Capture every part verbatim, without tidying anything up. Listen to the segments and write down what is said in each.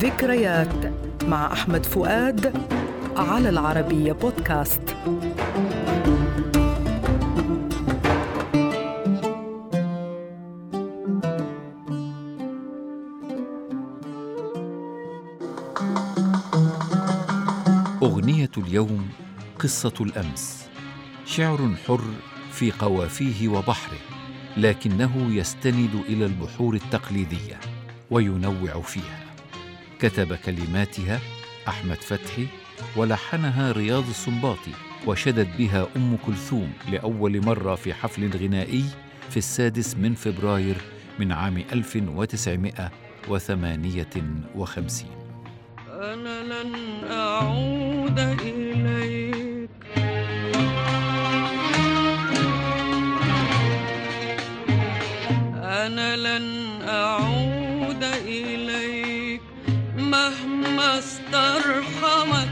ذكريات مع أحمد فؤاد على العربية بودكاست. أغنية اليوم قصة الأمس، شعر حر في قوافيه وبحره، لكنه يستند إلى البحور التقليدية وينوع فيها. كتب كلماتها أحمد فتحي ولحنها رياض السنباطي، وشدت بها أم كلثوم لأول مرة في حفل غنائي في السادس من فبراير من عام ألف وتسعمائة وثمانية وخمسين. أنا لن أعود إليك، أنا لن أعود إليك مهما استرحمت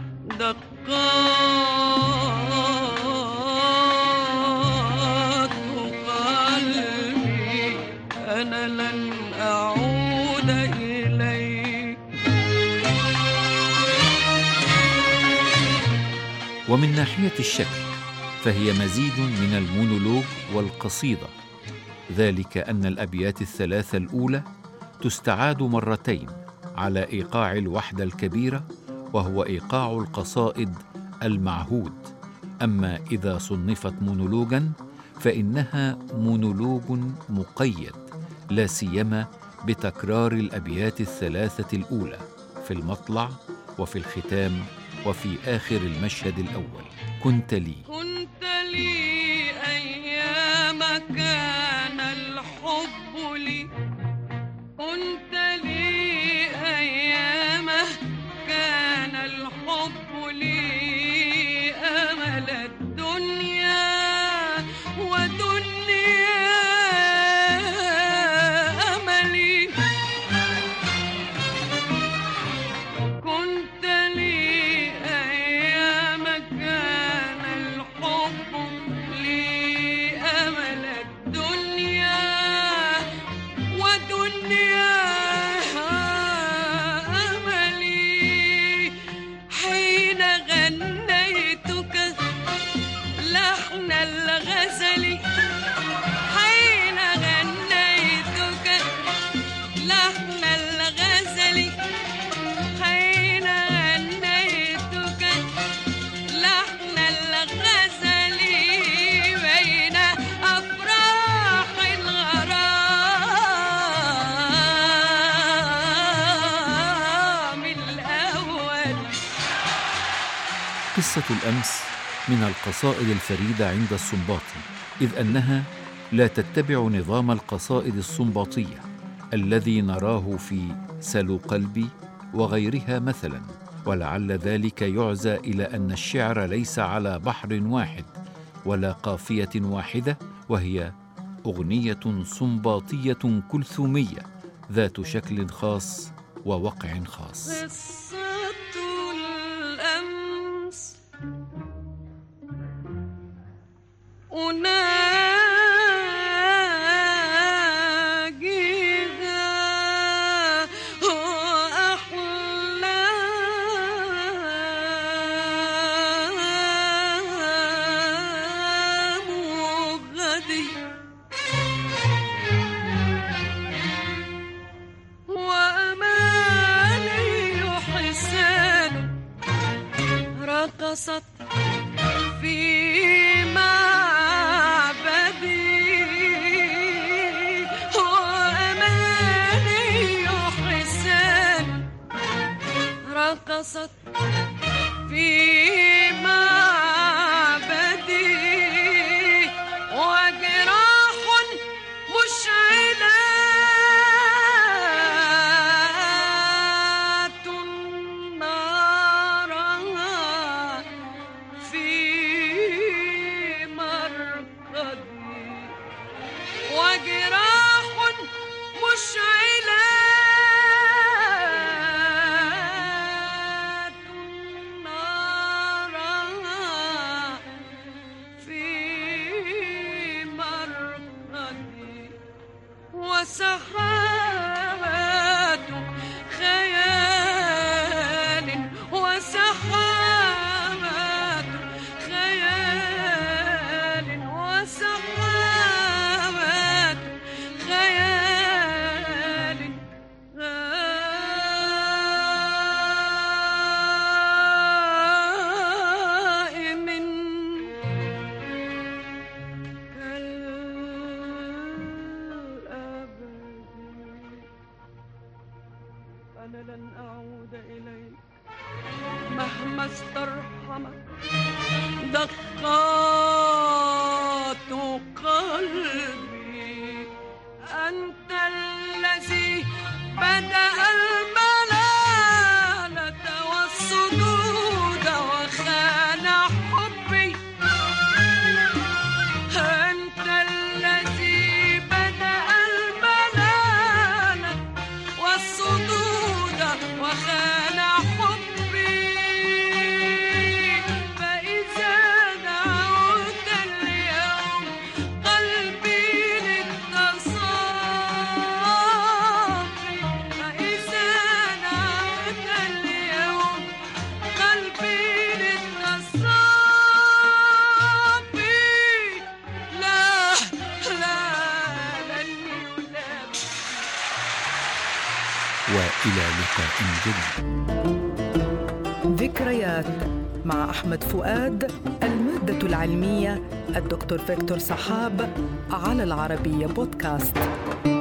دقات قلبي، أنا لن أعود إليك. ومن ناحية الشكل فهي مزيج من المونولوج والقصيدة، ذلك أن الأبيات الثلاثة الأولى تستعاد مرتين على إيقاع الوحدة الكبيرة، وهو إيقاع القصائد المعهود. أما إذا صنفت مونولوجاً فإنها مونولوج مقيد، لا سيما بتكرار الأبيات الثلاثة الأولى في المطلع وفي الختام وفي آخر المشهد الأول. كنت لي كنت لي أيام كان الحب لي، كنت لي أيام كان الحب لي، أمل الدنيا ودنيا أملي. كنت لي أيام كان الحب لي، أمل الدنيا ودنيا أملي. حين غنيتك لحن الغزل، حين غنيتك لحن الغزل، حين غنيتك لحن الغزل بين أفراح الغرام الأول. قصة الأمس من القصائد الفريدة عند السنباطي، إذ أنها لا تتبع نظام القصائد السنباطية الذي نراه في سلو قلبي وغيرها مثلا، ولعل ذلك يعزى إلى أن الشعر ليس على بحر واحد ولا قافية واحدة، وهي أغنية سنباطية كلثومية ذات شكل خاص ووقع خاص. قصة الأمس أناجيها وأحلام غدي، وأماني حسان رقصت في معبدي، وأماني حسان رقصت في معبدي، وجراح مشعلات نارها في مرقدي، وجراح مشعلات نارها في مرقدي، وسحابات خيال لن أعود إليك مهما استرحمت دقات قلبي. أنت الذي بدأ الملالة والصدود وخان حبي. أنت الذي بدأ الملالة والصدود وخان حبي. فإذا دعوت اليوم قلبي للتصافي، فإذا دعوت اليوم قلبي للتصافي، لا لا لن يلام. وإلى لقاء جديد. ذكريات مع أحمد فؤاد. المادة العلمية الدكتور فيكتور سحاب. على العربية بودكاست.